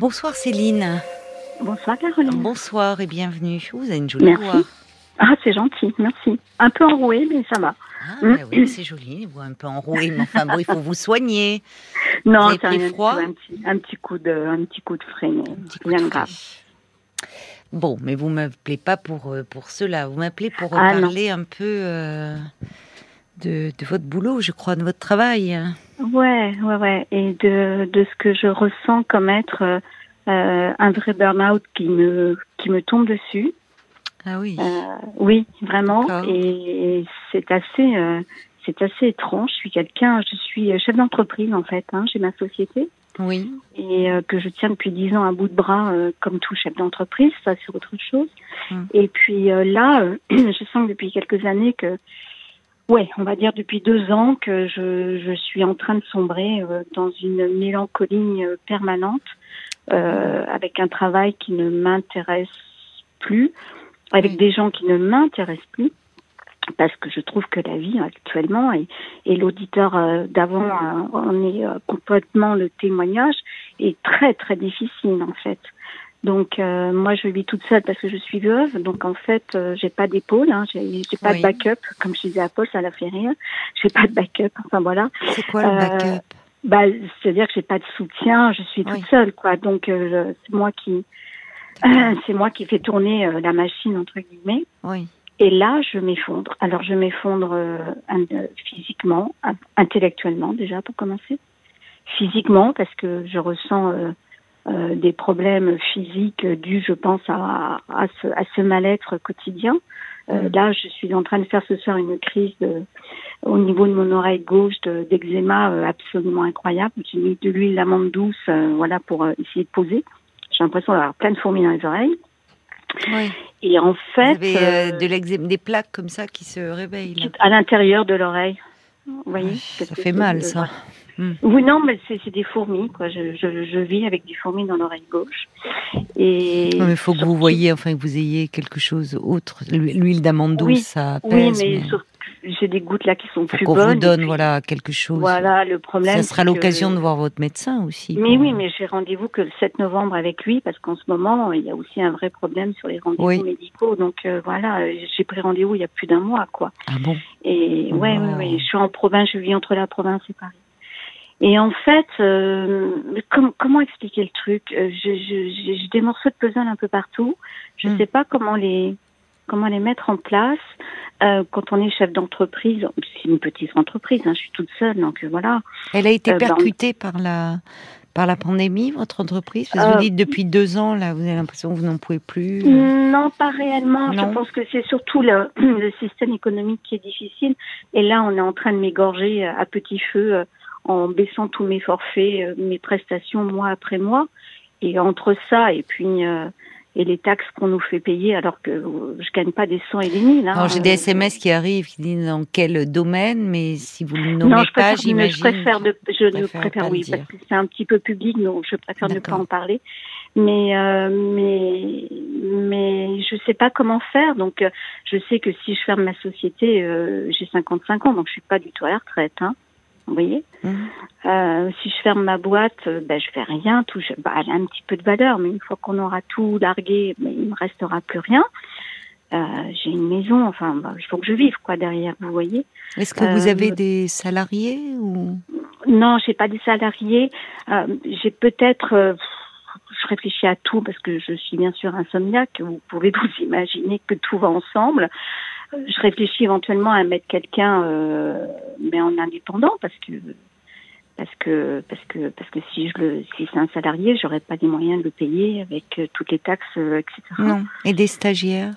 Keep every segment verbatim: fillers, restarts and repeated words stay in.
Bonsoir Céline. Bonsoir Caroline. Bonsoir et bienvenue. Vous avez une jolie Merci. voix. Ah, c'est gentil, merci. Un peu enrouée, mais ça va. Ah bah oui, c'est joli, les voix un peu enrouées, mais enfin bon, il faut vous soigner. Non, vous avez c'est pris rien froid du tout, un petit, un petit coup de, un petit coup de freiné, Un petit coup rien de de grave. frais. Bon, mais vous m'appelez pas pour, euh, pour cela, vous m'appelez pour Ah, parler un peu euh, de, de votre boulot, je crois, de votre travail. Ouais, ouais, ouais. Et de, de ce que je ressens comme être euh, euh, un vrai burn-out qui me, qui me tombe dessus. Ah oui. Euh, oui, vraiment. D'accord. Et c'est assez, euh, c'est assez étrange. Je suis quelqu'un, je suis chef d'entreprise en fait. Hein, j'ai ma société. Oui. Et euh, que je tiens depuis dix ans à bout de bras, euh, comme tout chef d'entreprise, ça c'est autre chose. Hum. Et puis euh, là, euh, je sens que depuis quelques années que, ouais, on va dire depuis deux ans que je, je suis en train de sombrer euh, dans une mélancolie euh, permanente, euh, avec un travail qui ne m'intéresse plus, avec Oui. des gens qui ne m'intéressent plus. Parce que je trouve que la vie actuellement, et, et l'auditeur euh, d'avant euh, en est euh, complètement le témoignage, est très très difficile en fait. Donc euh, moi je vis toute seule parce que je suis veuve, donc en fait euh, j'ai pas d'épaule, hein, j'ai, j'ai pas Oui. de backup, comme je disais à Paul, ça l'a fait rire. J'ai pas de backup, enfin voilà. C'est quoi le Euh, backup Bah c'est-à-dire que j'ai pas de soutien, je suis Oui. toute seule quoi. Donc euh, je- c'est moi qui, c'est moi qui fais tourner euh, la machine entre guillemets. Oui. Et là, je m'effondre. Alors, je m'effondre euh, euh, physiquement, euh, intellectuellement déjà pour commencer. Physiquement, parce que je ressens euh, euh, des problèmes physiques dus, je pense, à, à, ce, à ce mal-être quotidien. Euh, Mm. Là, je suis en train de faire ce soir une crise de, au niveau de mon oreille gauche de, d'eczéma euh, absolument incroyable. J'ai mis de l'huile d'amande douce, euh, voilà, pour euh, essayer de poser. J'ai l'impression d'avoir plein de fourmis dans les oreilles. Oui. Et en Vous fait, avez euh, euh, de l'eczéma, des plaques comme ça qui se réveillent là. à l'intérieur de l'oreille. Vous voyez, Ouais, ça quelque fait chose mal de- ça. voilà. Mm. Oui, non, mais c'est, c'est des fourmis, quoi. Je, je, je vis avec des fourmis dans l'oreille gauche. Et Non, mais il faut que vous surtout- voyez, enfin que vous ayez quelque chose autre. L'hu- L'huile d'amande douce, oui, ça oui, apaise, mais, mais sur- j'ai des gouttes là qui sont faut plus qu'on vous bonnes. et donne, puis, voilà, quelque chose. voilà, le problème, Ça sera c'est l'occasion que... de voir votre médecin aussi. Mais pour- oui, mais j'ai rendez-vous que le sept novembre avec lui, parce qu'en ce moment, il y a aussi un vrai problème sur les rendez-vous Oui. médicaux. Donc euh, voilà, euh, j'ai pris rendez-vous il y a plus d'un mois, quoi. Ah bon. Et Oh. ouais, ouais, ouais, je suis en province, je vis entre la province et Paris. Et en fait, euh, com- comment expliquer le truc Euh, je, je, J'ai j'ai des morceaux de puzzle un peu partout. Je Mm. sais pas comment les comment les mettre en place. Euh, quand on est chef d'entreprise, c'est une petite entreprise, hein, je suis toute seule, donc euh, voilà. Elle a été Euh, ben, percutée par la par la pandémie, votre entreprise. Parce que euh, vous dites depuis deux ans, là, vous avez l'impression que vous n'en pouvez plus. Non, pas réellement. Non. Je pense que c'est surtout le, le système économique qui est difficile. Et là, on est en train de m'égorger à petit feu euh, en baissant tous mes forfaits, euh, mes prestations mois après mois. Et entre ça et puis euh, et les taxes qu'on nous fait payer, alors que euh, je gagne pas des cents et des mille. Hein, Alors j'ai des euh, S M S qui arrivent qui disent dans quel domaine, mais si vous le non, nommez je pas, préfère, j'imagine. je préfère, de, je ne préfère préfère pas le oui, dire. parce que c'est un petit peu public, donc je préfère ne pas D'accord. en parler. Mais euh, mais mais je sais pas comment faire. Donc euh, je sais que si je ferme ma société, euh, j'ai cinquante-cinq ans, donc je suis pas du tout à la retraite. Hein, vous voyez. Mhm. Euh, si je ferme ma boîte, euh, ben je fais rien. Tout, je, bah, elle a un petit peu de valeur, mais une fois qu'on aura tout largué, ben, il me restera plus rien. Euh, j'ai une maison, enfin, bah, il faut que je vive quoi derrière. Vous voyez. Est-ce que vous Euh, avez des salariés ou Non, j'ai pas des salariés. Euh, j'ai peut-être, euh, je réfléchis à tout parce que je suis bien sûr insomniaque. Vous pouvez vous imaginer que tout va ensemble. Euh, Je réfléchis éventuellement à mettre quelqu'un, euh, mais en indépendant parce que parce que parce que parce que si je le si c'est un salarié, j'aurais pas les moyens de le payer avec euh, toutes les taxes, euh, et cetera. non? Et des stagiaires?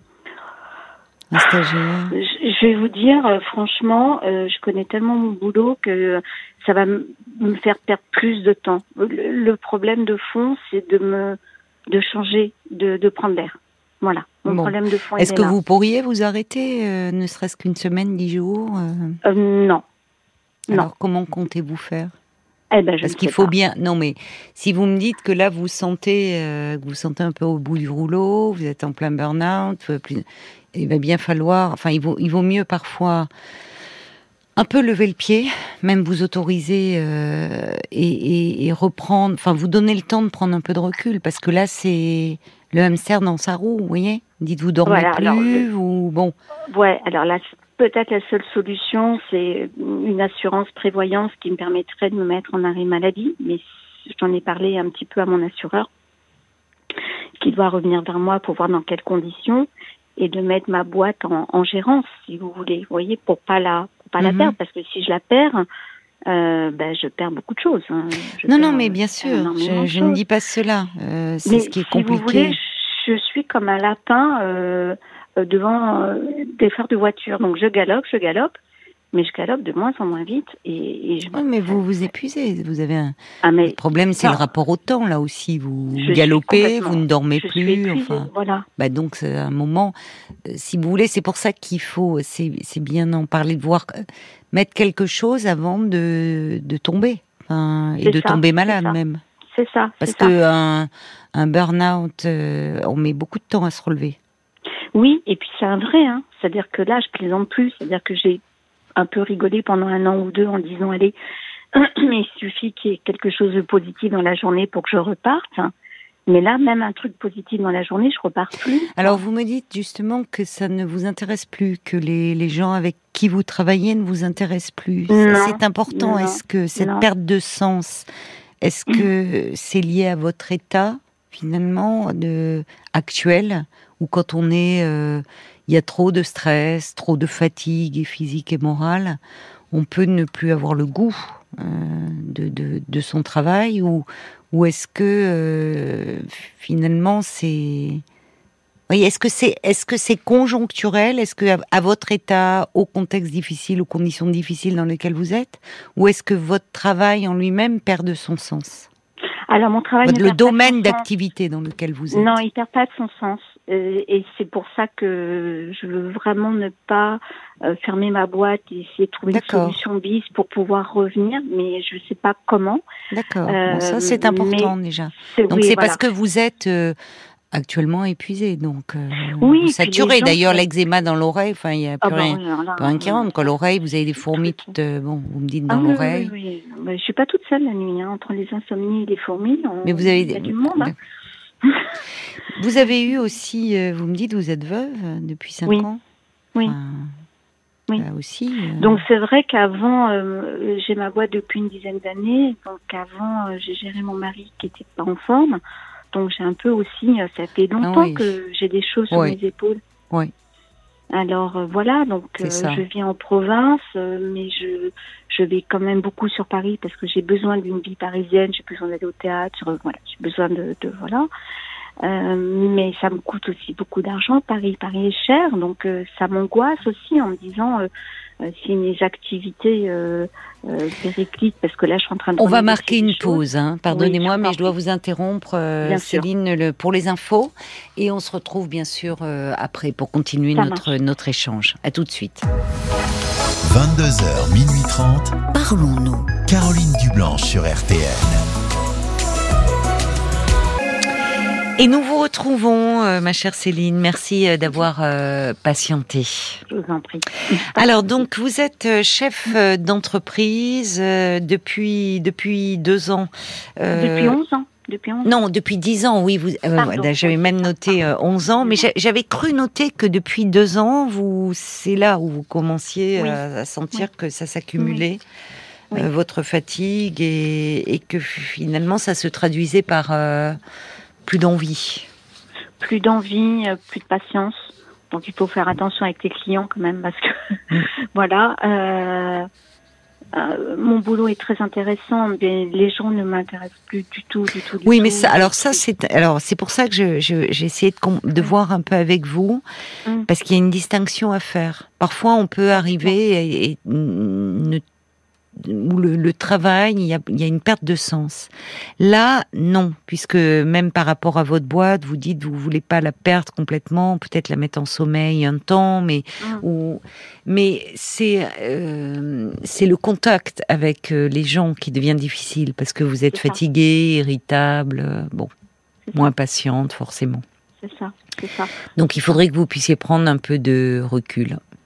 Un stagiaire? Je je vais vous dire, euh, franchement, euh, je connais tellement mon boulot que ça va m- me faire perdre plus de temps. Le, le problème de fond, c'est de me de changer, de, de prendre l'air. Voilà, mon Bon. problème de fond. Est-ce il est que là. vous pourriez vous arrêter, euh, ne serait-ce qu'une semaine, dix jours euh, Euh, non, non. Alors comment comptez-vous faire? Eh ben, je Parce ne qu'il sais faut pas. bien. Non, mais si vous me dites que là vous sentez, euh, que vous sentez un peu au bout du rouleau, vous êtes en plein burn-out, euh, plus- il va bien falloir. Enfin, il vaut, il vaut mieux parfois un peu lever le pied, même vous autoriser euh, et, et, et reprendre, enfin vous donner le temps de prendre un peu de recul, parce que là c'est le hamster dans sa roue, vous voyez. Dites vous dormez Voilà, plus alors, le- ou bon. Ouais, alors là, peut-être la seule solution, c'est une assurance prévoyance qui me permettrait de me mettre en arrêt maladie, mais j'en ai parlé un petit peu à mon assureur, qui doit revenir vers moi pour voir dans quelles conditions, et de mettre ma boîte en, en gérance, si vous voulez, vous voyez, pour pas la, pour pas la Mhm. perdre, parce que si je la perds, euh, ben je perds beaucoup de choses. hein. Je Non, perds, non, mais euh, bien je perds sûr, énormément je, de je ne choses. dis pas cela. Euh, c'est Mais ce qui est si vous voulez, compliqué. je suis comme un lapin euh, euh, devant euh, des phares de voiture. Donc je galope, je galope, mais je galope de moins en moins vite. Et, et je... Oui, mais vous vous épuisez. Vous avez un Ah, le mais problème, c'est non, le rapport au temps là aussi. Vous je suis galopez, vous complètement, ne dormez je suis plus. épuisée, Enfin, voilà. bah donc c'est un moment. euh, Si vous voulez, c'est pour ça qu'il faut. C'est c'est bien d'en parler, de voir euh, mettre quelque chose avant de de tomber. Enfin, et C'est de ça, tomber c'est malade ça, même. c'est ça, Parce c'est ça. que un, un burn-out, euh, on met beaucoup de temps à se relever. Oui, et puis c'est un vrai, hein. C'est-à-dire que là, je plaisante plus. C'est-à-dire que j'ai un peu rigolé pendant un an ou deux en disant, allez, il suffit qu'il y ait quelque chose de positif dans la journée pour que je reparte. Mais là, même un truc positif dans la journée, je repars plus. Alors vous me dites justement que ça ne vous intéresse plus, que les, les gens avec qui vous travaillez ne vous intéressent plus. Non, C'est important. non, Est-ce que cette non. perte de sens, est-ce que c'est lié à votre état finalement de, actuel, ou quand on est, euh, il y a trop de stress, trop de fatigue et physique et morale, on peut ne plus avoir le goût euh, de, de, de son travail, ou, ou est-ce que euh, finalement c'est... Oui, est-ce que c'est est-ce que c'est conjoncturel? Est-ce que à, à votre état, au contexte difficile, aux conditions difficiles dans lesquelles vous êtes, ou est-ce que votre travail en lui-même perd de son sens? Alors, mon travail Votre, ne le perd pas de domaine son sens. d'activité dans lequel vous êtes. Non, il perd pas de son sens. Euh, et c'est pour ça que je veux vraiment ne pas euh, fermer ma boîte et essayer de trouver une D'accord. solution bis pour pouvoir revenir, mais je sais pas comment. D'accord. Euh, Bon, ça c'est important déjà. c'est, Donc oui, c'est voilà. parce que vous êtes euh, actuellement épuisé, donc euh, Oui, vous et puis les saturez. gens D'ailleurs, sont- l'eczéma dans l'oreille, enfin il y a plus Ah bah rien, oui, alors là, plus rien qui euh, rentre. Quand l'oreille, vous avez des fourmis truc. toutes, euh, bon, vous me dites Ah dans oui, oui, l'oreille. oui, oui. Mais je suis pas toute seule la nuit, hein. Entre les insomnies et les fourmis, on... Mais vous avez il y a du monde. Hein. Vous avez eu aussi, euh, vous me dites, vous êtes veuve euh, depuis cinq Oui. ans. Oui. Enfin, Oui. là aussi. euh, Donc c'est vrai qu'avant, euh, j'ai ma boîte depuis une dizaine d'années. Donc avant, euh, j'ai géré mon mari qui était pas en forme. Donc j'ai un peu aussi, euh, ça fait longtemps Ah oui. que j'ai des choses sur Oui. mes épaules. Oui. Alors euh, voilà, donc C'est euh, ça. je vis en province, euh, mais je je vais quand même beaucoup sur Paris parce que j'ai besoin d'une vie parisienne, j'ai besoin d'aller au théâtre, sur- voilà, j'ai besoin de, de voilà. Euh, mais ça me coûte aussi beaucoup d'argent. Paris, Paris est cher, donc euh, ça m'angoisse aussi en me disant euh, euh, si mes activités euh, euh, périclitent, parce que là je suis en train de On va renégocier marquer des une choses. pause, hein. Pardonnez-moi, Oui, je mais vous en je dois prie. vous interrompre, euh, Bien sûr. Céline, le- pour les infos. Et on se retrouve bien sûr euh, après pour continuer Ça notre, notre échange. À tout de suite. vingt-deux heures, minuit trente. Parlons-nous. Caroline Dublanche sur R T L. Et nous vous retrouvons, euh, ma chère Céline. Merci euh, d'avoir euh, patienté. Je vous en prie. Alors donc vous êtes euh, chef euh, d'entreprise euh, depuis depuis deux ans. Euh, Depuis onze ans. Depuis onze ans. Non, depuis dix ans, oui. Vous, euh, Pardon, voilà, j'avais oui, même c'est ça, noté euh, onze ans, mais j'a- j'avais cru noter que depuis deux ans, vous, c'est là où vous commenciez Oui. à, à sentir Oui. que ça s'accumulait, Oui. euh, votre fatigue, et, et que finalement ça se traduisait par euh, plus d'envie. Plus d'envie, euh, plus de patience. Donc il faut faire attention avec les clients quand même parce que Mm. voilà. Euh, euh, mon boulot est très intéressant, mais les gens ne m'intéressent plus du tout, du tout, du Oui, tout. mais ça, alors ça, c'est, alors c'est pour ça que je, je, j'ai essayé de, com- de voir un peu avec vous, Mm. parce qu'il y a une distinction à faire. Parfois, on peut arriver et, et ne où le, le travail, il y, a, il y a une perte de sens. Là, non, puisque même par rapport à votre boîte, vous dites vous voulez pas la perdre complètement, peut-être la mettre en sommeil un temps, mais Mm. ou, mais c'est euh, c'est le contact avec euh, les gens qui devient difficile parce que vous êtes C'est ça. fatigué, irritable, euh, bon, C'est moins ça, patiente forcément. c'est ça, c'est ça. Donc il faudrait que vous puissiez prendre un peu de recul.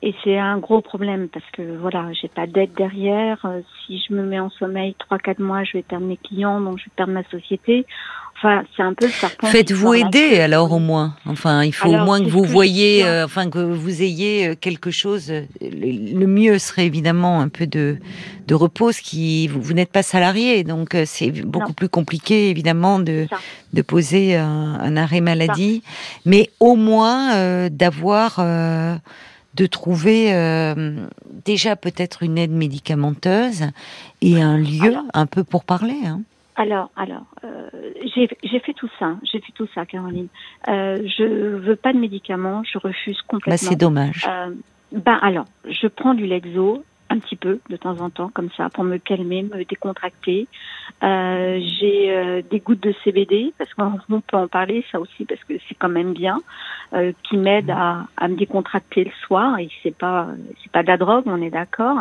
Et c'est un gros problème parce que voilà, j'ai pas d'aide derrière. Euh, si je me mets en sommeil trois quatre mois, je vais perdre mes clients, donc je vais perdre ma société. Enfin, c'est un peu le serpent. Faites-vous aider alors au moins. Enfin, il faut alors, au moins que vous que voyez, euh, enfin que vous ayez quelque chose. Le, le mieux serait évidemment un peu de de repos, qui vous, vous n'êtes pas salarié, donc c'est beaucoup non. plus compliqué évidemment de de poser un, un arrêt maladie, ça. mais au moins euh, d'avoir. Euh, de trouver euh, déjà peut-être une aide médicamenteuse et un lieu alors, un peu pour parler. Hein. Alors, alors, euh, j'ai, j'ai fait tout ça, j'ai fait tout ça, Caroline. Euh, je veux pas de médicaments, je refuse complètement. Bah, c'est dommage. Euh, ben alors, je prends du Lexo, un petit peu de temps en temps, comme ça, pour me calmer, me décontracter. Euh, j'ai euh, des gouttes de C B D, parce qu'on peut en parler, ça aussi, parce que c'est quand même bien, euh, qui m'aident à, à me décontracter le soir. Et c'est pas, c'est pas de la drogue, on est d'accord.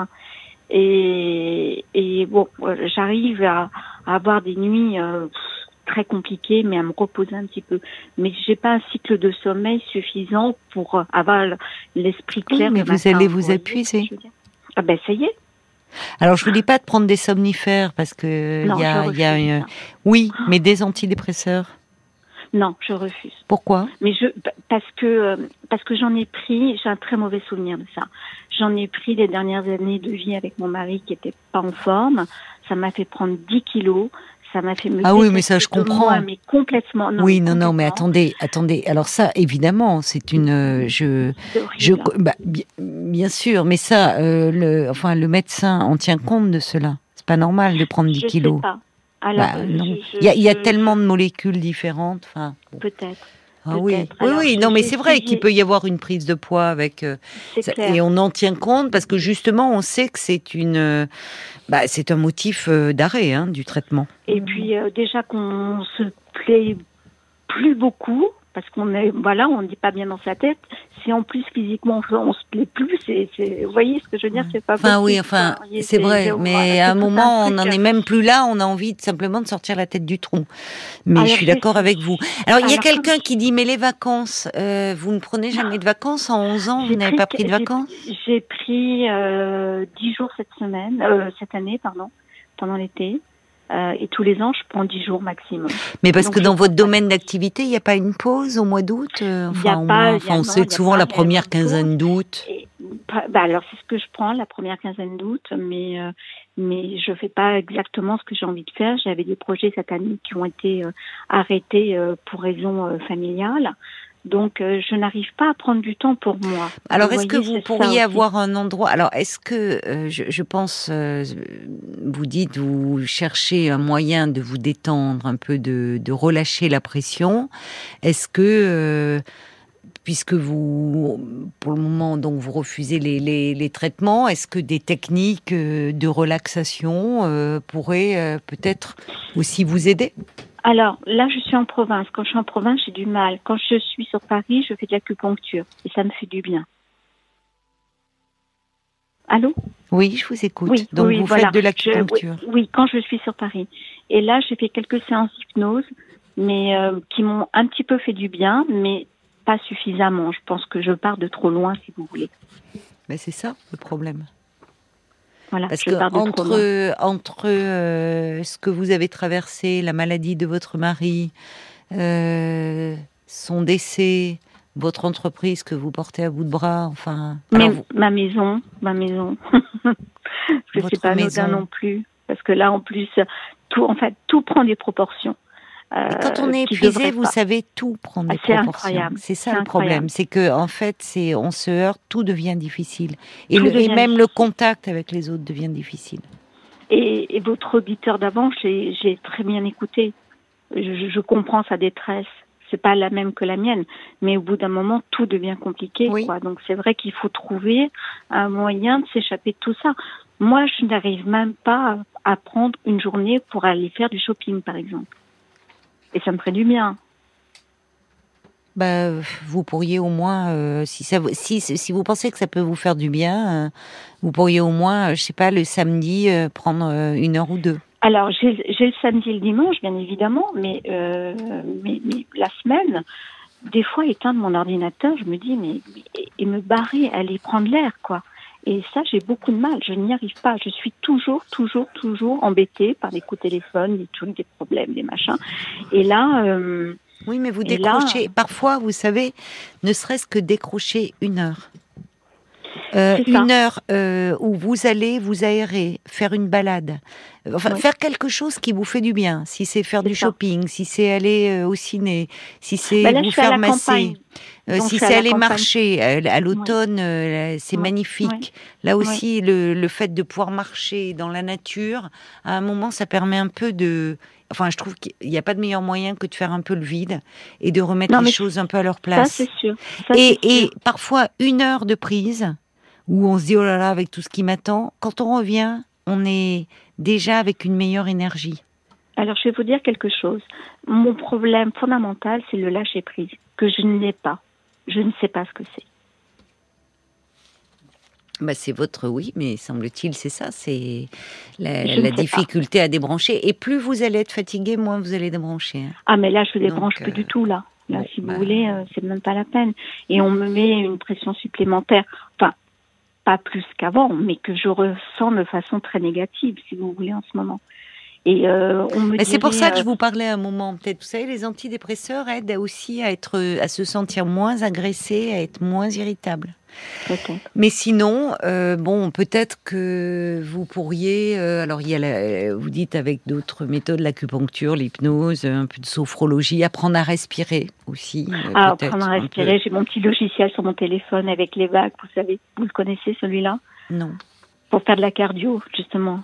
Et, et bon, j'arrive à, à avoir des nuits euh, très compliquées, mais à me reposer un petit peu. Mais j'ai pas un cycle de sommeil suffisant pour avoir l'esprit clair. Oui, mais vous matin, allez vous vous épuiser. Ah ben ça y est. Alors je vous dis pas de prendre des somnifères parce que il y a, il y a une... oui, mais des antidépresseurs. Non, je refuse. Pourquoi? Mais je parce que parce que j'en ai pris, j'ai un très mauvais souvenir de ça. J'en ai pris les dernières années de vie avec mon mari qui était pas en forme. Ça m'a fait prendre dix kilos. Ça m'a fait me ah oui, mais ça je comprends. Moi, mais complètement. Non, oui, mais non, complètement. non, mais attendez, attendez. Alors ça, évidemment, c'est une, euh, je, je, bah, bien, bien sûr, mais ça, euh, le, enfin, le médecin en tient compte de cela. C'est pas normal de prendre dix je kilos. Sais pas. Alors, bah, non. Je, je, il y a, il y a je, tellement je... de molécules différentes. Enfin, bon. Peut-être. Ah oui, oui, Alors, oui, non, mais c'est vrai essayé... qu'il peut y avoir une prise de poids avec, euh, ça, et on en tient compte parce que justement, on sait que c'est une, euh, bah, c'est un motif euh, d'arrêt hein, du traitement. Et puis euh, déjà qu'on se plaît plus beaucoup parce qu'on est, voilà, on ne dit pas bien dans sa tête. Si en plus physiquement on se plaît plus, c'est, c'est, vous voyez ce que je veux dire, c'est pas possible. Enfin oui, enfin voyez, c'est, c'est vrai, c'est, mais voilà, à un moment un on n'en est même plus là, on a envie de, simplement de sortir la tête du trou. Mais alors, je suis d'accord avec vous. Alors, alors il y a quelqu'un comme... qui dit mais les vacances, euh, vous ne prenez jamais de vacances en onze ans, vous n'avez pas pris de vacances? J'ai, j'ai pris euh, dix jours cette semaine, euh, cette année, pardon, pendant l'été. Euh, et tous les ans, je prends dix jours maximum. Mais parce Donc, que dans votre domaine d'activité, il n'y a pas une pause au mois d'août euh, enfin, y a au pas, moins, y a, enfin, on non, sait que souvent la première quinzaine d'août. Et, bah, alors, c'est ce que je prends, la première quinzaine d'août, mais, euh, mais je ne fais pas exactement ce que j'ai envie de faire. J'avais des projets cette année qui ont été euh, arrêtés euh, pour raisons euh, familiales. Donc, euh, je n'arrive pas à prendre du temps pour moi. Alors, vous est-ce voyez, que vous pourriez avoir un endroit... Alors, est-ce que, euh, je, je pense, euh, vous dites, vous cherchez un moyen de vous détendre, un peu de, de relâcher la pression. Est-ce que, euh, puisque vous, pour le moment, donc vous refusez les, les, les traitements, est-ce que des techniques de relaxation euh, pourraient euh, peut-être aussi vous aider ? Alors, là, je suis en province. Quand je suis en province, j'ai du mal. Quand je suis sur Paris, je fais de l'acupuncture. Et ça me fait du bien. Allô ? Oui, je vous écoute. Oui, Donc, oui, vous voilà. faites de l'acupuncture. Je, oui, oui, quand je suis sur Paris. Et là, j'ai fait quelques séances d'hypnose, mais euh, qui m'ont un petit peu fait du bien, mais pas suffisamment. Je pense que je pars de trop loin, si vous voulez. Mais c'est ça, le problème. Voilà, parce je que pars de entre trop loin. entre euh, ce que vous avez traversé, la maladie de votre mari, euh, son décès, votre entreprise que vous portez à bout de bras, enfin. Mais alors vous... ma maison, ma maison, parce que c'est pas anodin non plus, parce que là en plus, tout, en fait, tout prend des proportions. Et quand on est épuisé, vous pas. savez, tout prendre des ah, c'est proportions. Incroyable. C'est ça c'est le incroyable. problème, c'est que en fait, c'est on se heurte, tout devient difficile, et, tout le, devient et même difficile. le contact avec les autres devient difficile. Et, et votre auditeur d'avant, j'ai, j'ai très bien écouté. Je, je comprends sa détresse. C'est pas la même que la mienne, mais au bout d'un moment, tout devient compliqué, oui. quoi. Donc c'est vrai qu'il faut trouver un moyen de s'échapper de tout ça. Moi, je n'arrive même pas à prendre une journée pour aller faire du shopping, par exemple. Et ça me ferait du bien. Bah, vous pourriez au moins, euh, si, ça, si, si vous pensez que ça peut vous faire du bien, euh, vous pourriez au moins, euh, je sais pas, le samedi, euh, prendre euh, une heure ou deux. Alors, j'ai, j'ai le samedi et le dimanche, bien évidemment, mais, euh, mais, mais la semaine, des fois, éteindre mon ordinateur, je me dis, mais, et, et me barrer, aller prendre l'air, quoi. Et ça, j'ai beaucoup de mal. Je n'y arrive pas. Je suis toujours, toujours, toujours embêtée par des coups de téléphone, des trucs, des problèmes, des machins. Et là... Euh, oui, mais vous décrochez. Là, parfois, vous savez, ne serait-ce que décrocher une heure. Euh, une heure euh, où vous allez vous aérer, faire une balade, enfin oui. faire quelque chose qui vous fait du bien. Si c'est faire c'est du ça. shopping, si c'est aller euh, au ciné, si c'est ben là, vous faire masser, euh, si c'est aller campagne. marcher. À, à l'automne, oui. euh, c'est oui. magnifique. Oui. Là aussi, oui. le, le fait de pouvoir marcher dans la nature, à un moment, ça permet un peu de... Enfin, je trouve qu'il n'y a pas de meilleur moyen que de faire un peu le vide et de remettre non, les choses un peu à leur place. Ça, c'est sûr. Ça, et, c'est sûr. et parfois, une heure de prise... où on se dit, oh là là, avec tout ce qui m'attend, quand on revient, on est déjà avec une meilleure énergie. Alors, je vais vous dire quelque chose. Mon problème fondamental, c'est le lâcher-prise, que je n'ai pas. Je ne sais pas ce que c'est. Bah, c'est votre oui, mais semble-t-il, c'est ça, c'est la, la difficulté pas. à débrancher. Et plus vous allez être fatigué, moins vous allez débrancher. Hein. Ah, mais là, je ne débranche Donc, plus euh... du tout, là. Là, bon, si bah... vous voulez, euh, c'est même pas la peine. Et on me met une pression supplémentaire. Enfin, pas plus qu'avant, mais que je ressens de façon très négative, si vous voulez, en ce moment. Et euh, on me dirait, c'est pour ça que euh... je vous parlais à un moment, peut-être. Vous savez, les antidépresseurs aident aussi à être, à se sentir moins agressé, à être moins irritable. Peut-être. Mais sinon, euh, bon, peut-être que vous pourriez. Euh, alors, il y a, la, vous dites avec d'autres méthodes, l'acupuncture, l'hypnose, un peu de sophrologie, apprendre à respirer aussi. Euh, ah, apprendre à respirer. J'ai mon petit logiciel sur mon téléphone avec les vagues. Vous savez, vous le connaissez celui-là ? Non. Pour faire de la cardio, justement.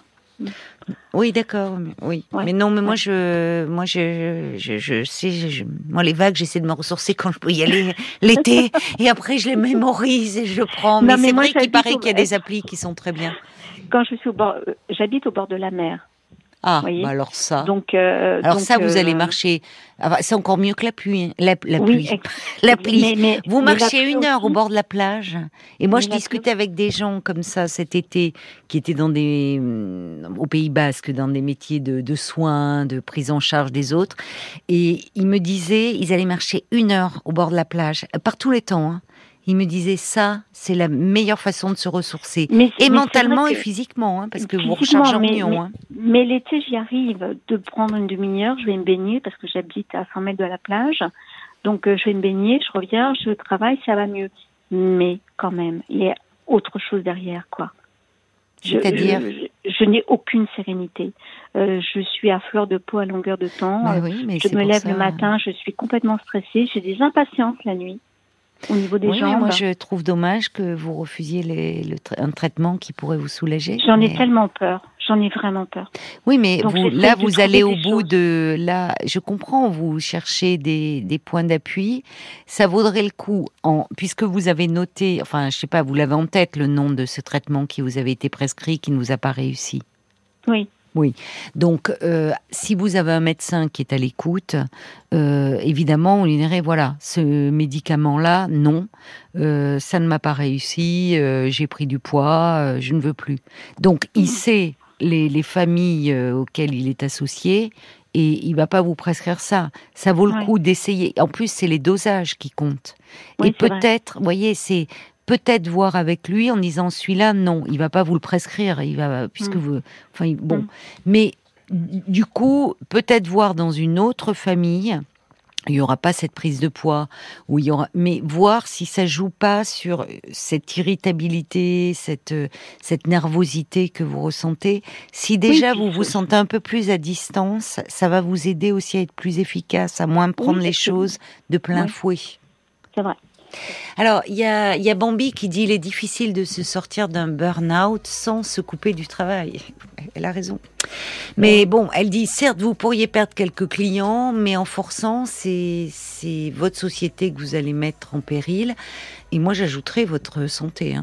Oui, d'accord. Oui, ouais. mais non, mais moi, ouais. je, moi, je, je, je sais, je, moi, les vagues, j'essaie de me ressourcer quand je peux y aller l'été, et après, je les mémorise et je prends. Mais, non, mais c'est moi, vrai qu'il paraît au... qu'il y a des applis qui sont très bien. Quand je suis au bord, j'habite au bord de la mer. Ah, bah alors ça. Donc, euh, alors donc, ça, vous euh... allez marcher. C'est encore mieux que la pluie. La, la oui, pluie. Ex- la pluie. Mais, mais, vous mais marchez une heure aussi. au bord de la plage. Et moi, mais je discutais avec des gens comme ça cet été, qui étaient dans des, au Pays Basque, dans des métiers de, de soins, de prise en charge des autres. Et ils me disaient, ils allaient marcher une heure au bord de la plage, par tous les temps. Hein. Il me disait ça, c'est la meilleure façon de se ressourcer, mais, et mais mentalement que, et physiquement, hein, parce que vous rechargez en mais, ion. Mais, hein. mais l'été, j'y arrive de prendre une demi-heure, je vais me baigner parce que j'habite à cent mètres de la plage, donc euh, je vais me baigner, je reviens, je travaille, ça va mieux. Mais quand même, il y a autre chose derrière, quoi. C'est-à-dire je, je, je n'ai aucune sérénité. Euh, je suis à fleur de peau à longueur de temps. Mais oui, mais je me lève ça... le matin, je suis complètement stressée, j'ai des impatiences la nuit. Au niveau des oui, jambes. Mais moi, je trouve dommage que vous refusiez les, le tra- un traitement qui pourrait vous soulager. J'en mais... ai tellement peur. J'en ai vraiment peur. Oui, mais Donc, vous, là, vous allez au bout choses. de... Là, je comprends, vous cherchez des, des points d'appui. Ça vaudrait le coup, en, puisque vous avez noté, enfin, je sais pas, vous l'avez en tête, le nom de ce traitement qui vous avait été prescrit, qui ne vous a pas réussi. Oui. Oui, donc euh, si vous avez un médecin qui est à l'écoute, euh, évidemment, on lui dirait, voilà, ce médicament-là, non, euh, ça ne m'a pas réussi, euh, j'ai pris du poids, euh, je ne veux plus. Donc, il sait les, les familles euh, auxquelles il est associé, et il ne va pas vous prescrire ça. Ça vaut le ouais. coup d'essayer. En plus, c'est les dosages qui comptent. Oui, et peut-être, vous voyez, c'est... peut-être voir avec lui en disant celui-là non, il va pas vous le prescrire, il va puisque mmh. vous, enfin bon, mmh. mais du coup peut-être voir dans une autre famille, il y aura pas cette prise de poids, où il y aura, mais voir si ça joue pas sur cette irritabilité, cette cette nervosité que vous ressentez. Si déjà oui, vous vous sentez un peu plus à distance, ça va vous aider aussi à être plus efficace, à moins prendre oui, les choses de plein oui. fouet. C'est vrai. Alors, il y a, y a Bambi qui dit « Il est difficile de se sortir d'un burn-out sans se couper du travail. » Elle a raison. Mais bon, elle dit « Certes, vous pourriez perdre quelques clients, mais en forçant, c'est, c'est votre société que vous allez mettre en péril. Et moi, j'ajouterai votre santé. Hein. »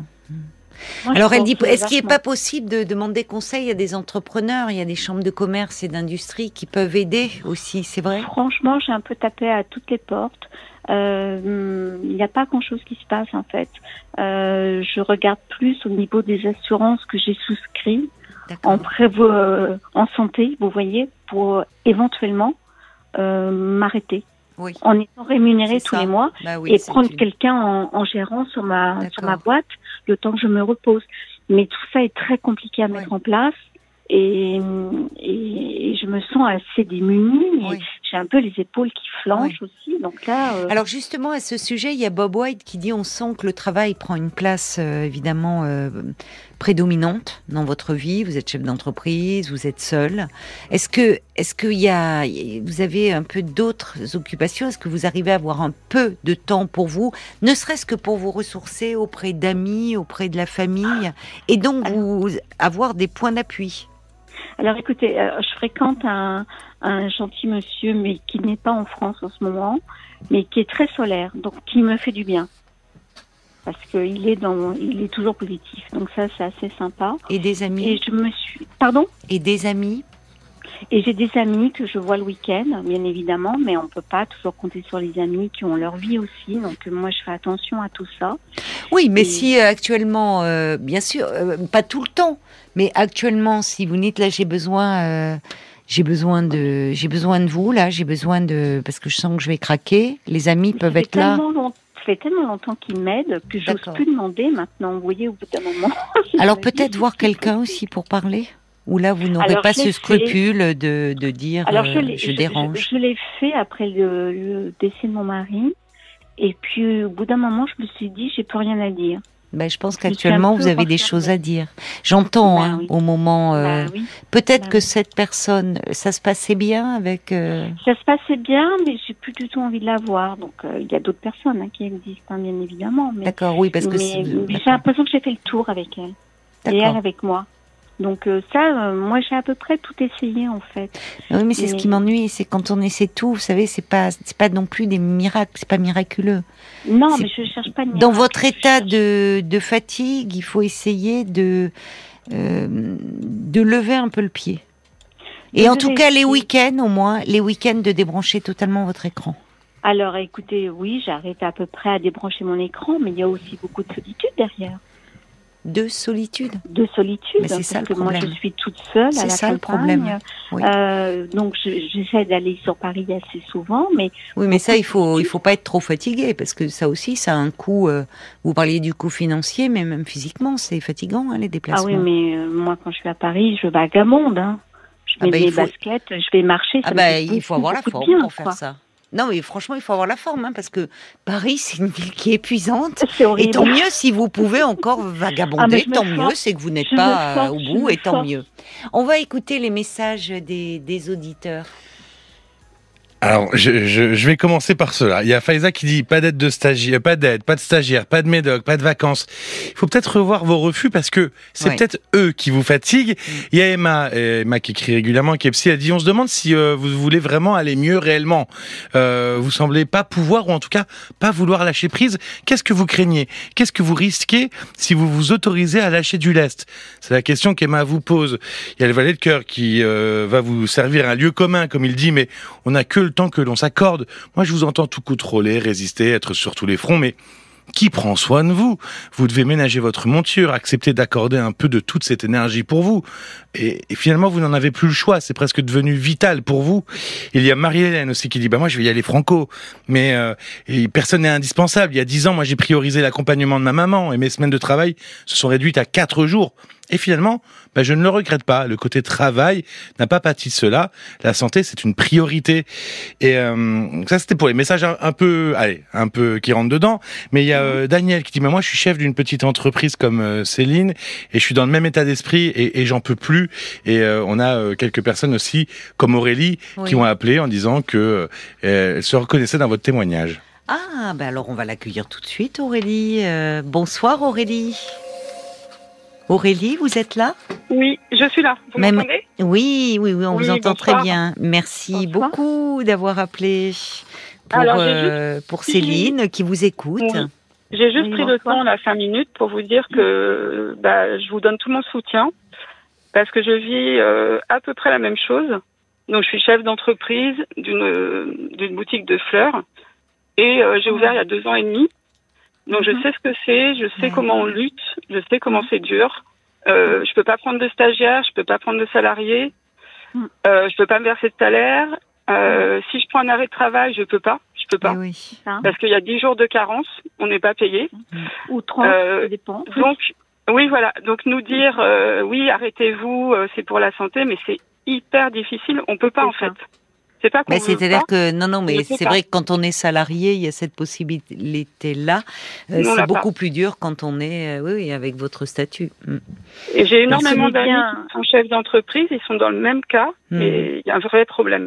Alors, elle dit, est-ce qu'il n'est pas possible de demander conseil à des entrepreneurs ? Il y a des chambres de commerce et d'industrie qui peuvent aider aussi, c'est vrai ? Franchement, j'ai un peu tapé à toutes les portes. Euh, il n'y a pas grand-chose qui se passe, en fait. Euh, je regarde plus au niveau des assurances que j'ai souscrites en, prévo- euh, en santé, vous voyez, pour éventuellement euh, m'arrêter. oui. en étant rémunérée C'est tous ça. les mois, Bah oui, et c'est prendre une- quelqu'un en, en gérant sur ma, D'accord. sur ma boîte le temps que je me repose. Mais tout ça est très compliqué à mettre Ouais. en place. Et, et, et je me sens assez démunie. Et Oui. j'ai un peu les épaules qui flanchent aussi. Donc là, euh, Alors justement, à ce sujet, il y a Bob White qui dit on sent que le travail prend une place euh, évidemment euh, prédominante dans votre vie. Vous êtes chef d'entreprise, vous êtes seul. Est-ce que, est-ce qu'il y a, vous avez un peu d'autres occupations? Est-ce que vous arrivez à avoir un peu de temps pour vous, ne serait-ce que pour vous ressourcer auprès d'amis, auprès de la famille, et donc vous avoir des points d'appui? alors écoutez, euh, je fréquente un, un gentil monsieur, mais qui n'est pas en France en ce moment, mais qui est très solaire, donc qui me fait du bien. Parce qu'il est dans, il est toujours positif. Donc ça, c'est assez sympa. Et des amis? Et je me suis, pardon? Et des amis? Et j'ai des amis que je vois le week-end, bien évidemment, mais on peut pas toujours compter sur les amis qui ont leur vie aussi. Donc euh, moi, je fais attention à tout ça. Oui, mais Et- si euh, actuellement, euh, bien sûr, euh, pas tout le temps, mais actuellement, si vous dites là, j'ai besoin, euh, j'ai besoin de, j'ai besoin de vous là, j'ai besoin de, parce que je sens que je vais craquer. Les amis peuvent ça fait être là. tellement long- Ça fait tellement longtemps qu'ils m'aident que j'ose D'accord. plus demander maintenant. Vous voyez, au bout d'un moment. Alors je me peut-être dis, voir c'est quelqu'un possible. aussi pour parler. Ou là, vous n'aurez Alors, pas je ce l'ai scrupule de, de dire Alors euh, je l'ai, je, je, dérange. je, je l'ai fait après le, le décès de mon mari. Et puis au bout d'un moment, je me suis dit, j'ai plus rien à dire. Ben, je pense je suis qu'actuellement, un peu vous avez des renfermée. choses à dire. J'entends Bah hein, oui. au moment. euh, Bah oui. Peut-être Bah que oui. cette personne, ça se passait bien avec. euh, Ça se passait bien, mais j'ai plus du tout envie de la voir. Donc euh, il y a d'autres personnes hein, qui existent, hein, bien évidemment. Mais, D'accord, oui, parce que. mais, c'est- mais j'ai d'accord. l'impression que j'ai fait le tour avec elle. Et D'accord. elle avec moi. Donc euh, ça, euh, moi j'ai à peu près tout essayé en fait. Oui, mais c'est ce Mais- qui m'ennuie, c'est quand on essaie tout, vous savez, c'est pas, c'est pas non plus des miracles, c'est pas miraculeux. Non, C'est- mais je cherche pas de Dans miracle, votre je état cherche- de, de fatigue, il faut essayer de, euh, de lever un peu le pied. Et Je en vais tout cas, les essayer. week-ends, au moins, les week-ends, de débrancher totalement votre écran. Alors écoutez, oui, j'arrive à peu près à débrancher mon écran, mais il y a aussi beaucoup de solitude derrière. De solitude. De solitude, Mais c'est parce ça, le que moi je problème. suis toute seule à C'est la ça, le campagne. problème. Oui. Euh, donc je- j'essaie d'aller sur Paris assez souvent, mais Oui, mais ça, il faut, il faut pas être trop fatigué, parce que ça aussi, ça a un coût. euh, vous parliez du coût financier, mais même physiquement, c'est fatigant, hein, les ah déplacements. oui, mais euh, moi quand je suis à Paris, je vagabonde. Hein. Je Ah mets bah, mes il faut- baskets, je vais marcher. Ça Ah me bah, fait il faut beaucoup, avoir la beaucoup de forme bien, pour faire quoi. ça. Non, mais franchement, il faut avoir la forme, hein, parce que Paris, c'est une ville qui est épuisante. C'est Et horrible. tant mieux si vous pouvez encore Ah, mais vagabonder, je me tant force. mieux, c'est que vous n'êtes Je me pas force, euh, au je bout, me et tant force. mieux. On va écouter les messages des, des auditeurs. Alors, je, je, je vais commencer par cela. Il y a Faiza qui dit pas d'aide de stagiaire, pas d'aide, pas de stagiaire, pas de médoc, pas de vacances. Il faut peut-être revoir vos refus parce que c'est Ouais. peut-être eux qui vous fatiguent. Il y a Emma, euh, Emma qui écrit régulièrement, qui est psy, elle dit on se demande si euh, vous voulez vraiment aller mieux réellement. Euh, vous semblez pas pouvoir ou en tout cas pas vouloir lâcher prise. Qu'est-ce que vous craignez? Qu'est-ce que vous risquez si vous vous autorisez à lâcher du lest? C'est la question qu'Emma vous pose. Il y a le valet de cœur qui euh, va vous servir un lieu commun, comme il dit, mais on n'a que le temps que l'on s'accorde. Moi, je vous entends tout contrôler, résister, être sur tous les fronts, mais qui prend soin de vous? Vous devez ménager votre monture, accepter d'accorder un peu de toute cette énergie pour vous. Et, et finalement, vous n'en avez plus le choix. C'est presque devenu vital pour vous. Il y a Marie-Hélène aussi qui dit, bah moi, je vais y aller franco. Mais euh, et personne n'est indispensable. Il y a dix ans, moi, j'ai priorisé l'accompagnement de ma maman et mes semaines de travail se sont réduites à quatre jours. Et finalement, bah, je ne le regrette pas. Le côté travail n'a pas pâti de cela. La santé, c'est une priorité. Et euh, ça, c'était pour les messages un, un peu, allez, un peu qui rentrent dedans. Mais il y a euh, Daniel qui dit, mais moi, je suis chef d'une petite entreprise comme euh, Céline, et je suis dans le même état d'esprit, et, et j'en peux plus. Et euh, on a euh, quelques personnes aussi, comme Aurélie, Oui. qui ont appelé en disant que euh, elles se reconnaissaient dans votre témoignage. Ah, ben alors on va l'accueillir tout de suite, Aurélie. Euh, bonsoir, Aurélie. Aurélie, vous êtes là? Oui, je suis là. Vous Même- m'entendez? Oui, oui, oui, on Oui, vous entend bonsoir. très bien. Merci Bonsoir. beaucoup d'avoir appelé pour, Alors, j'ai euh, pour Céline qui vous écoute. Oui. J'ai juste Oui, pris le bonsoir. temps, là, cinq minutes, pour vous dire que bah, je vous donne tout mon soutien parce que je vis euh, à peu près la même chose. Donc, je suis chef d'entreprise d'une d'une boutique de fleurs et euh, j'ai ouvert il y a deux ans et demi. Donc, je Mhm. sais ce que c'est, je sais Ouais. comment on lutte, je sais comment c'est dur. Euh, je peux pas prendre de stagiaire, je peux pas prendre de salarié, Mhm. euh, je peux pas me verser de salaire. Euh, si je prends un arrêt de travail, je peux pas. Je peux pas. Eh oui. Ça. Parce qu'il y a dix jours de carence, on n'est pas payé. Ou trente, Euh, ça dépend. Donc, oui, voilà. Donc, nous dire, euh, oui, arrêtez-vous, euh, c'est pour la santé, mais c'est hyper difficile. On peut pas, C'est en ça. fait. C'est pas qu'on Mais veut c'est-à-dire pas. que non, non, mais ne peut c'est pas. vrai que quand on est salarié, il y a cette possibilité-là. Euh, Nous, on c'est l'a beaucoup plus dur quand on est, euh, oui, oui, avec votre statut. Mm. Et j'ai énormément Parce que les d'amis biens- qui sont chefs d'entreprise, ils sont dans le même cas, Mm. et il y a un vrai problème.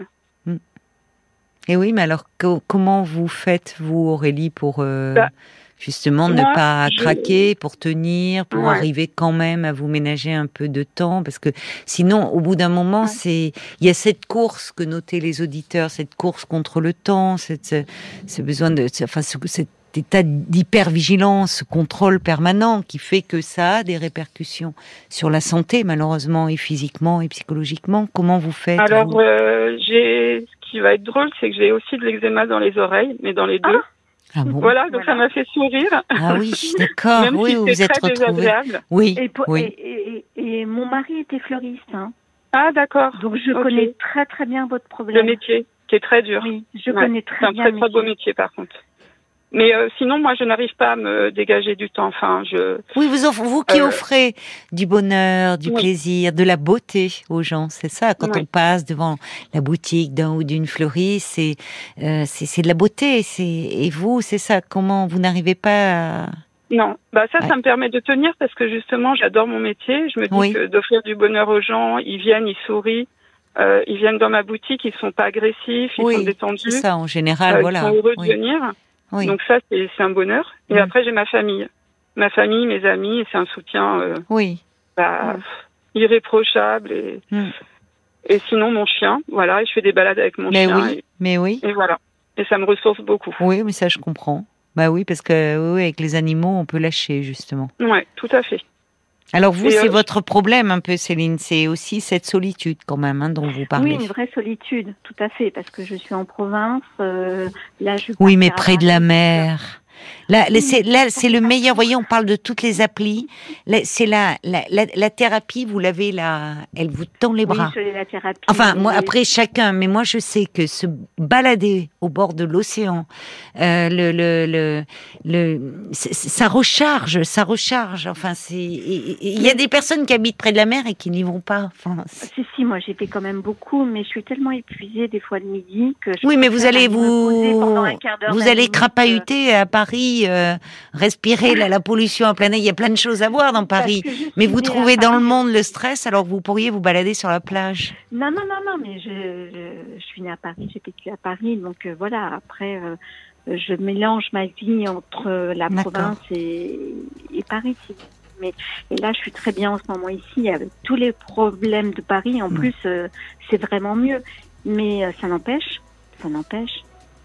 Et oui, mais alors co- comment vous faites, vous, Aurélie, pour euh, Bah, justement ne moi, pas je- craquer, pour tenir, pour Ouais. arriver quand même à vous ménager un peu de temps, parce que sinon, au bout d'un moment, Ouais. c'est il y a cette course que notaient les auditeurs, cette course contre le temps, cette ce, ce besoin de, enfin, ce, cet état d'hypervigilance, ce contrôle permanent qui fait que ça a des répercussions sur la santé, malheureusement, et physiquement et psychologiquement. Comment vous faites Alors, vous euh, j'ai, ce qui va être drôle, c'est que j'ai aussi de l'eczéma dans les oreilles, mais dans les deux. Ah bon. Voilà, donc Voilà. ça m'a fait sourire. Ah oui, d'accord. Même Oui, si vous c'est vous êtes très retrouvés. désagréable. Oui, Et, pour- oui. et, et, et mon mari était fleuriste, hein. Ah, d'accord. Donc je Ok. connais très très bien votre Le problème. métier, qui est très dur. Oui, je Ouais. connais C'est très un bien très le très beau métier. métier, par contre. Mais euh, sinon, moi, je n'arrive pas à me dégager du temps. Enfin, je. Oui, vous, off- vous qui Euh, offrez du bonheur, du oui. plaisir, de la beauté aux gens, c'est ça. Quand Oui. on passe devant la boutique d'un ou d'une fleuriste, c'est euh, c'est c'est de la beauté. C'est et vous, c'est ça. Comment vous n'arrivez pas à... Non, bah ça, Ouais. ça me permet de tenir parce que justement, j'adore mon métier. Je me dis Oui. que d'offrir du bonheur aux gens, ils viennent, ils sourient, euh, ils viennent dans ma boutique, ils sont pas agressifs, ils sont Oui, détendus, c'est ça. En général, euh, voilà. ils sont heureux Oui. de venir. Oui. Donc ça, c'est c'est un bonheur. Et Mm. après, j'ai ma famille, ma famille, mes amis, et c'est un soutien euh, Oui. bah, Mm. irréprochable. Et, Mm. et sinon, mon chien, voilà, et je fais des balades avec mon Mais chien. oui, mais oui. Et, et voilà. Et ça me ressource beaucoup. Oui, mais ça, je comprends. Bah oui, parce que oui, oui, avec les animaux, on peut lâcher justement. Ouais, tout à fait. Alors vous, Et, c'est euh, votre problème un peu, Céline. C'est aussi cette solitude quand même hein, dont vous parlez. Oui, une vraie solitude, tout à fait, parce que je suis en province. Euh, là, je Oui, mais pars à- près de la mer. Là, là, c'est, là, c'est le meilleur. Vous voyez, on parle de toutes les applis. Là, c'est la, la, la, la thérapie, vous l'avez là, elle vous tend les bras. Oui, je l'ai la thérapie. Enfin, moi, mais- après chacun, mais moi, je sais que se balader au bord de l'océan, euh, le, le, le, le, c'est- c'est- ça recharge, ça recharge. Enfin, c'est, il y a des personnes qui habitent près de la mer et qui n'y vont pas. Enfin, c'est- Si, si, moi j'ai fait quand même beaucoup, mais je suis tellement épuisée des fois le midi que je oui, mais vous préfère allez aller me poser vous, pendant un quart d'heure, vous vingt allez minutes, crapahuter à Paris, euh, respirer la, la pollution à plein nez. Il y a plein de choses à voir dans parce Paris. que je Mais suis vous née à trouvez dans le Paris. monde le stress alors que vous pourriez vous balader sur la plage. Non, non, non, non, mais je, je, je suis née à Paris, j'ai vécu à Paris, donc euh, voilà, après euh, je mélange ma vie entre la D'accord. province et, et Paris. si- Mais et là, je suis très bien en ce moment ici, avec tous les problèmes de Paris. En Mm. plus, euh, c'est vraiment mieux. Mais euh, ça n'empêche, ça n'empêche.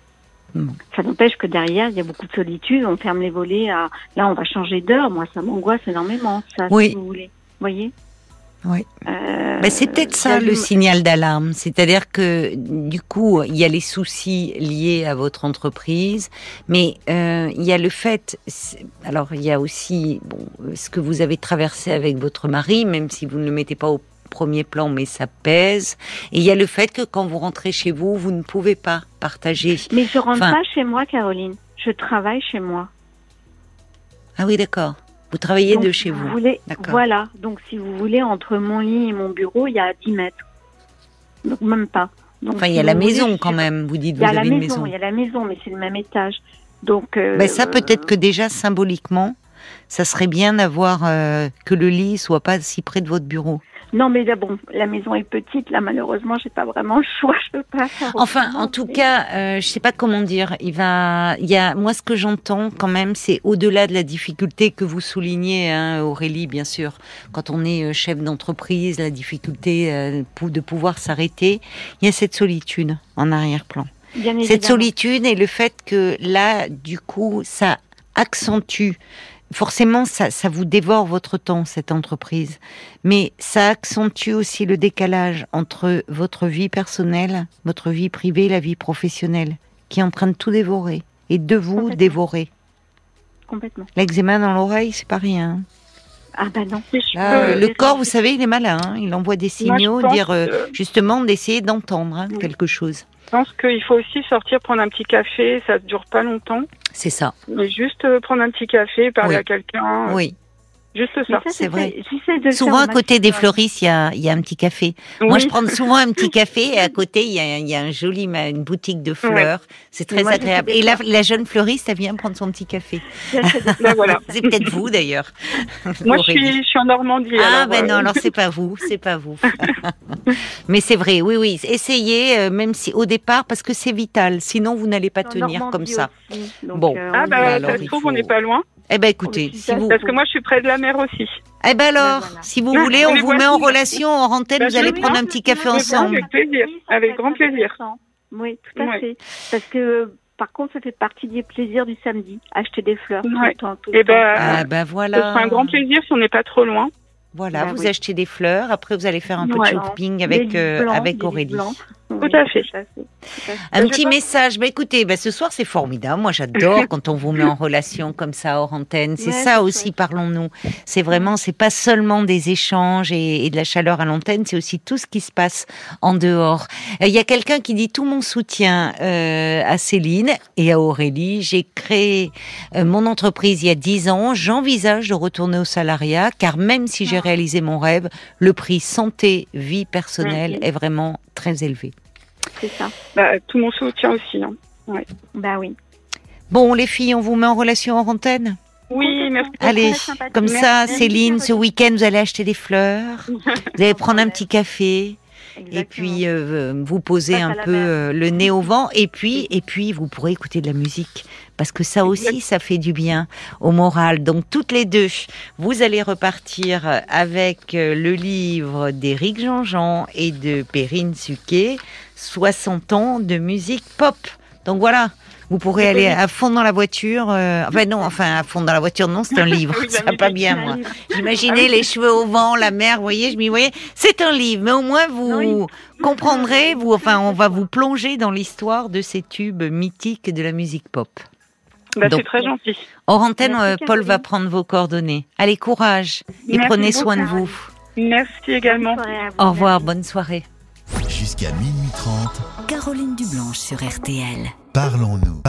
Mm. Ça n'empêche que derrière, il y a beaucoup de solitude. On ferme les volets. À... Là, on va changer d'heure. Moi, ça m'angoisse énormément, ça, Oui. si vous voulez. Vous voyez Oui. euh, Ben, c'est peut-être ça le j'allume- signal d'alarme. C'est-à-dire que du coup, il y a les soucis liés à votre entreprise, mais euh, il y a le fait. c'est- Alors, il y a aussi bon, ce que vous avez traversé avec votre mari, même si vous ne le mettez pas au premier plan, mais ça pèse. Et il y a le fait que quand vous rentrez chez vous, vous ne pouvez pas partager. Mais je rentre Enfin- pas chez moi, Caroline. Je travaille chez moi. Ah oui, d'accord. Vous travaillez Donc, de si chez vous. voulez, D'accord. voilà. Donc, si vous voulez, entre mon lit et mon bureau, il y a dix mètres. Donc, même pas. Donc, Enfin, il y si a la vous voulez, maison je quand suis- même. Vous dites Il vous y a avez la une maison, maison. il y a la maison, mais c'est le même étage. Donc, euh, Ben ça, peut-être que déjà symboliquement, ça serait bien d'avoir euh, que le lit soit pas si près de votre bureau. non, mais là, bon, la maison est petite. Là, malheureusement, j'ai pas vraiment le choix. Je peux pas faire. Enfin, autrement, en tout mais- cas, euh, je sais pas comment dire. Il va, il y a, moi, ce que j'entends quand même, c'est au-delà de la difficulté que vous soulignez, hein, Aurélie, bien sûr, quand on est euh, chef d'entreprise, la difficulté euh, pou- de pouvoir s'arrêter, il y a cette solitude en arrière-plan. Bien Cette évidemment. solitude et le fait que là, du coup, ça accentue. Forcément, ça, ça vous dévore votre temps, cette entreprise. Mais ça accentue aussi le décalage entre votre vie personnelle, votre vie privée, la vie professionnelle, qui est en train de tout dévorer. Et de vous Complètement. dévorer. Complètement. L'eczéma dans l'oreille, c'est pas rien. Ah bah non. Si je Là, peux- euh, le corps, vous savez, il est malin. hein. Il envoie des Moi, je signaux, pense dire euh, que- justement d'essayer d'entendre hein, Oui. quelque chose. pense qu'il faut aussi sortir, prendre un petit café, ça ne dure pas longtemps. C'est ça. Mais juste euh, prendre un petit café, parler Oui. à quelqu'un. euh, Oui. Juste Mais ça. ça, c'est vrai. j'essaie de le Souvent, faire à au côté des maximum. fleuristes, il y a, il y a un petit café. Oui. Moi, je prends souvent un petit café et à côté, il y a, il y a un joli, ma- une boutique de fleurs. C'est très Mais moi, agréable. j'essaie Et de la, faire. la jeune fleuriste, elle vient prendre son petit café. J'essaie de- Ben voilà. C'est peut-être vous, d'ailleurs. Moi, je Aurélie. suis, je suis en Normandie. Ah, alors, ben euh, non, alors c'est pas vous, c'est pas vous. Mais c'est vrai, oui, oui. Essayez, euh, même si au départ, parce que c'est vital. Sinon, vous n'allez pas en tenir Normandie comme ça. aussi, donc, Bon. euh, Ah, on y bah, va. alors, ça se il trouve, faut- on n'est pas loin. Eh ben, écoutez, Oh, mais si vous, Parce que moi, je suis près de la mer aussi. eh ben alors, voilà. si vous Ah, voulez, on on les vous voit met en tous. relation en antenne. Bah, Vous je allez veux prendre bien, un petit café je veux bien, ensemble. avec plaisir, Oui, ça avec peut grand être plaisir. intéressant. Oui, tout à Ouais. fait. Parce que, par contre, ça fait partie des plaisirs du samedi. Acheter des fleurs tout Ouais. le temps. Tout le Eh temps. ben, Ah ben ce voilà. sera un grand plaisir si on n'est pas trop loin. Voilà, Bah vous oui. achetez des fleurs. Après, vous allez faire un peu de Ouais. shopping Des avec livres euh, blancs, avec des livres Aurélie. blancs. Tout Oui, à fait. tout à fait. Tout à fait. Un Je petit vais pas- message. Bah écoutez, bah, ce soir c'est formidable. Moi j'adore quand on vous met en relation comme ça hors antenne. C'est Ouais, ça c'est aussi, chouette. parlons-nous. C'est vraiment, c'est pas seulement des échanges et, et de la chaleur à l'antenne, c'est aussi tout ce qui se passe en dehors. Euh, Il y a quelqu'un qui dit tout mon soutien euh, à Céline et à Aurélie. J'ai créé euh, mon entreprise il y a dix ans. J'envisage de retourner au salariat car même si j'ai Ah. réalisé mon rêve, le prix santé, vie personnelle Mhm. est vraiment très élevé. C'est ça. Bah, tout mon soutien aussi. Hein. Bah oui. Bon, les filles, on vous met en relation hors antenne. Oui, merci. C'est Allez, très sympathique. comme Merci. ça, Merci, Céline, ce Aurélie. week-end, vous allez acheter des fleurs, vous allez prendre un petit café, et Exactement. puis euh, vous poser Face à un la peu mer. euh, le nez au vent, et puis, et puis vous pourrez écouter de la musique, parce que ça aussi, ça fait du bien au moral. Donc toutes les deux, vous allez repartir avec euh, le livre d'Éric Jean-Jean et de Perrine Suquet, soixante ans de musique pop. Donc voilà. Vous pourrez aller à fond dans la voiture. Euh, enfin non, enfin à fond dans la voiture, non, c'est un livre. Oui, la Ça va pas musique, bien, c'est un moi. livre. J'imaginais les cheveux au vent, la mer, vous voyez, je m'y voyais. C'est un livre, mais au moins vous Non, oui. comprendrez, vous, enfin, on va vous plonger dans l'histoire de ces tubes mythiques de la musique pop. Bah, Donc- c'est très gentil. Hors antenne, Merci, euh, Paul Caroline. va prendre vos coordonnées. Allez, courage et Merci prenez beaucoup, soin de Caroline. vous. Merci également. Bonne soirée à vous. Au revoir, bonne soirée. Jusqu'à minuit trente, Caroline Dublanche sur R T L. parlons-nous.